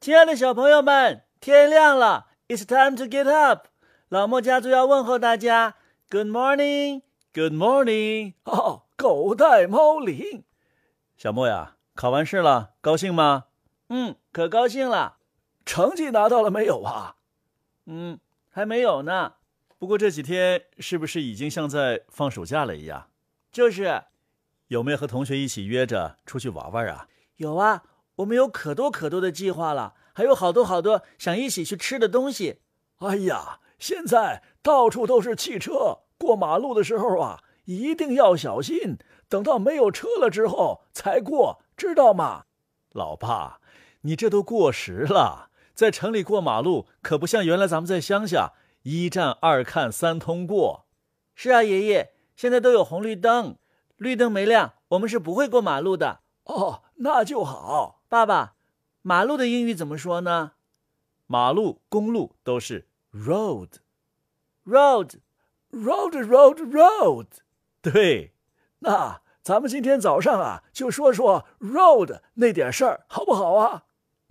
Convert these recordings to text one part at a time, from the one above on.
亲爱的小朋友们，天亮了 ，It's time to get up。老莫家族要问候大家 ，Good morning，Good morning。 哦，狗带猫铃。 小莫呀，考完试了，高兴吗？可高兴了。 成绩拿到了没有啊？ 还没有呢。不过这几天是不是已经像在放暑假了一样？就是。有没有和同学一起约着出去玩玩啊？有啊，我们有可多的计划了，还有好多想一起去吃的东西。 哎呀，现在到处都是汽车，过马路的时候啊，一定要小心，等到没有车了之后才过，知道吗？ 老爸，你这都过时了，在城里过马路可不像原来咱们在乡下一站二看三通过。是啊，爷爷，现在都有红绿灯，绿灯没亮，我们是不会过马路的。 哦，那就好。 爸爸，马路的英语怎么说呢？马路、公路都是 road。 对。 那咱们今天早上啊，就说说 road 那点事儿，好不好啊？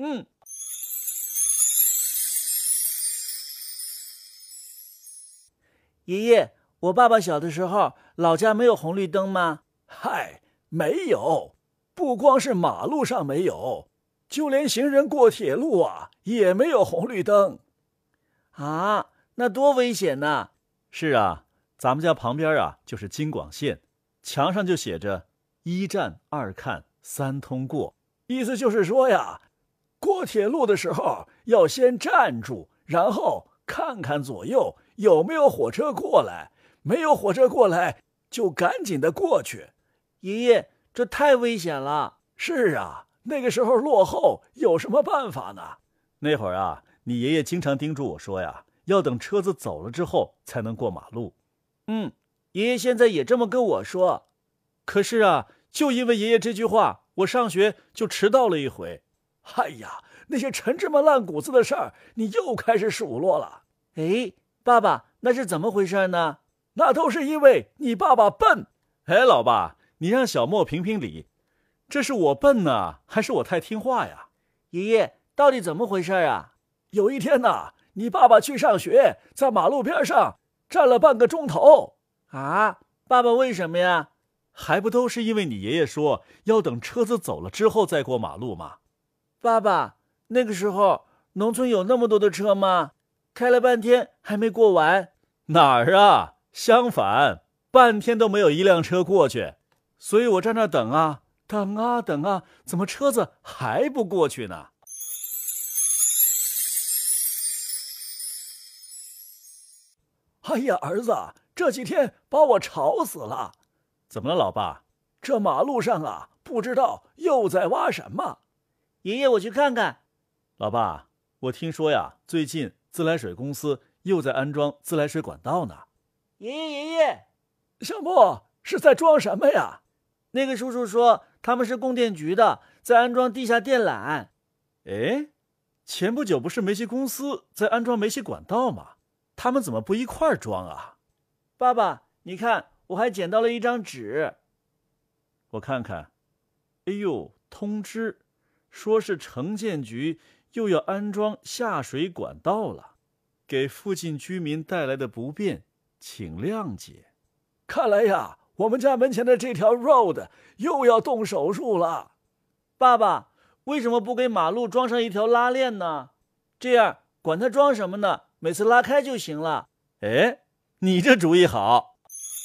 爷爷，我爸爸小的时候，老家没有红绿灯吗？ 嗨，没有。不光是马路上没有，就连行人过铁路啊，也没有红绿灯。 啊，那多危险呐！是啊，咱们家旁边啊就是京广线，墙上就写着一站二看三通过， 意思就是说呀，过铁路的时候要先站住，然后看看左右有没有火车过来，没有火车过来就赶紧的过去。 爷爷，这太危险了。 是啊，那个时候落后，有什么办法呢？ 那会儿啊，你爷爷经常叮嘱我说呀，要等车子走了之后才能过马路。爷爷现在也这么跟我说。可是啊，就因为爷爷这句话，我上学就迟到了一回。 哎呀，那些陈芝麻烂谷子的事儿，你又开始数落了。 爸爸，那是怎么回事呢？ 那都是因为你爸爸笨。 老爸，你让小莫评评理，这是我笨呢，还是我太听话呀？爷爷，到底怎么回事啊？ 有一天呢，你爸爸去上学，在马路边上站了半个钟头。 啊，爸爸为什么呀？还不都是因为你爷爷说要等车子走了之后再过马路吗？爸爸，那个时候农村有那么多的车吗？开了半天还没过完。哪儿啊，相反，半天都没有一辆车过去，所以我在那等啊，怎么车子还不过去呢？ 哎呀，儿子，这几天把我吵死了。 怎么了，老爸？ 这马路上啊，不知道又在挖什么。 爷爷，我去看看。老爸，我听说呀，最近自来水公司又在安装自来水管道呢。爷爷， 小莫是在装什么呀？ 那个叔叔说他们是供电局的，在安装地下电缆。前不久不是煤气公司在安装煤气管道吗？他们怎么不一块儿装啊？爸爸，你看，我还捡到了一张纸。我看看。通知说是城建局又要安装下水管道了，给附近居民带来的不便请谅解。 看来呀，我们家门前的这条 road 又要动手术了。 爸爸，为什么不给马路装上一条拉链呢？这样管它装什么呢，每次拉开就行了。你这主意好。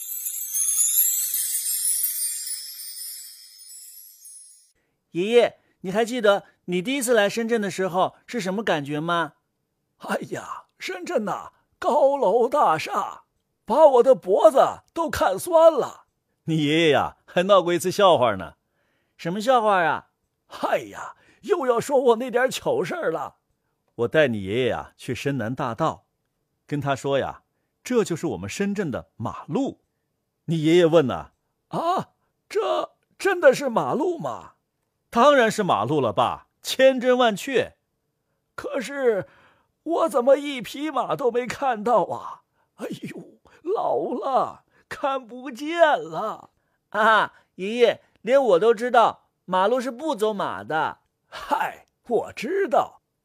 爷爷，你还记得你第一次来深圳的时候是什么感觉吗？ 哎呀，深圳呐，高楼大厦，把我的脖子都看酸了。 你爷爷呀，还闹过一次笑话呢。什么笑话啊？ 哎呀，又要说我那点糗事儿了。 我带你爷爷呀去深南大道，跟他说呀，这就是我们深圳的马路。你爷爷问呢， 这真的是马路吗？ 当然是马路了，爸，千真万确。 可是我怎么一匹马都没看到啊？哎呦，老了，看不见了。 爷爷，连我都知道马路是不走马的。 嗨，我知道，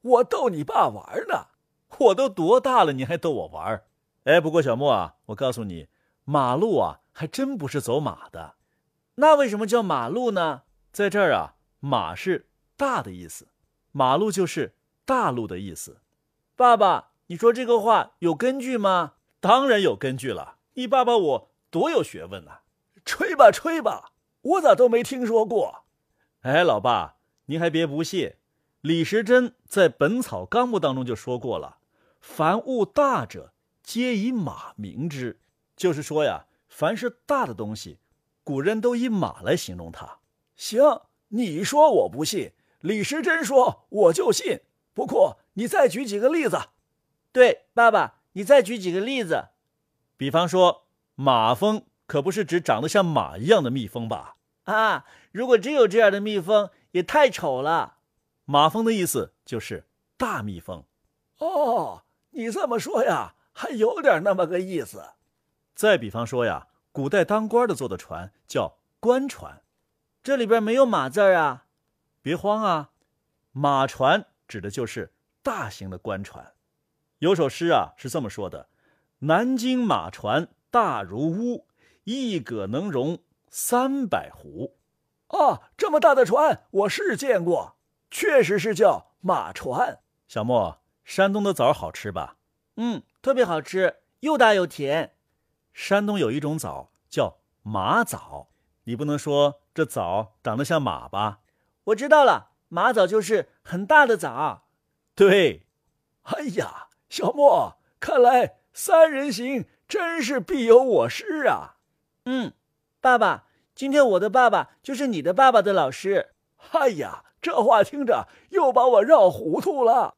我逗你爸玩呢。 我都多大了，你还逗我玩？哎，不过小莫啊，我告诉你，马路啊还真不是走马的。那为什么叫马路呢？在这儿啊，马是大的意思，马路就是大陆的意思。爸爸，你说这个话有根据吗？当然有根据了，你爸爸我多有学问啊。 吹吧吹吧，我咋都没听说过。 哎，老爸，您还别不信，李时珍在《本草纲目》当中就说过了，凡物大者，皆以马名之。就是说呀，凡是大的东西，古人都以马来形容它。 行，你说我不信，李时珍说我就信。不过你再举几个例子。 对，爸爸，你再举几个例子。比方说，马蜂可不是指长得像马一样的蜜蜂吧？啊，如果真有这样的蜜蜂，也太丑了。马蜂的意思就是大蜜蜂。 哦，你这么说呀，还有点那么个意思。 再比方说呀，古代当官的坐的船叫官船，这里边没有马字啊。别慌啊，马船指的就是大型的官船。有首诗啊是这么说的：南京马船大如屋，一舸能容300斛。 啊，这么大的船我是见过，确实是叫马船。 小莫，山东的枣好吃吧？特别好吃，又大又甜。山东有一种枣叫马枣，你不能说这枣长得像马吧？我知道了，马枣就是很大的枣。对。 哎呀，小莫，看来三人行真是必有我师啊。 爸爸，今天我的爸爸就是你的爸爸的老师。 哎呀，这话听着又把我绕糊涂了。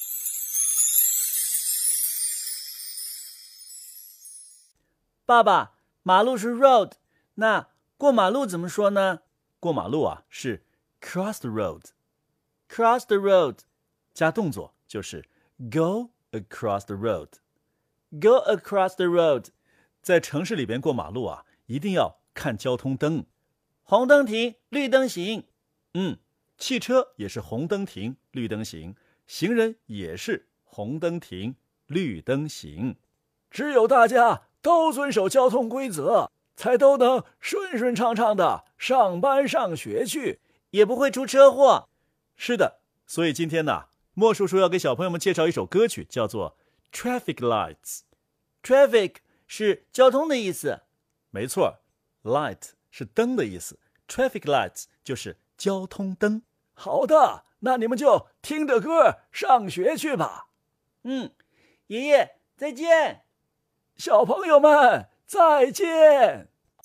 爸爸，马路是 road， 那过马路怎么说呢？过马路啊是 cross the road。cross the road 加动作就是 go across the road。go across the road。在城市里边过马路啊，一定要看交通灯，红灯停，绿灯行。汽车也是红灯停，绿灯行，行人也是红灯停，绿灯行。 只有大家都遵守交通规则，才都能顺顺畅畅的上班上学去， 也不会出车祸。是的，所以今天呢，莫叔叔要给小朋友们介绍一首歌曲，叫做 Traffic Lights。Traffic 是交通的意思。没错， Light 是灯的意思， Traffic Lights 就是交通灯。 好的，那你们就听着歌上学去吧。 爷爷再见。 小朋友们再见。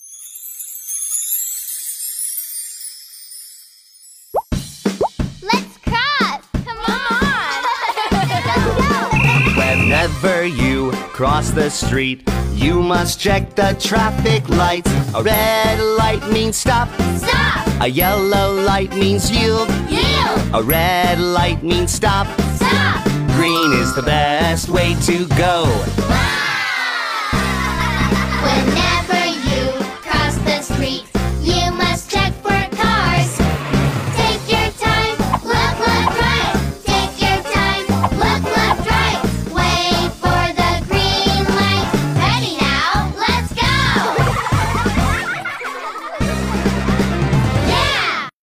Let's cross. Come on. Whenever you cross the street, you must check the traffic lights. A red light means stop. Stop. A yellow light means yield. Yield. A red light means stop. Stop. Green is the best way to go. Whenever you cross the street,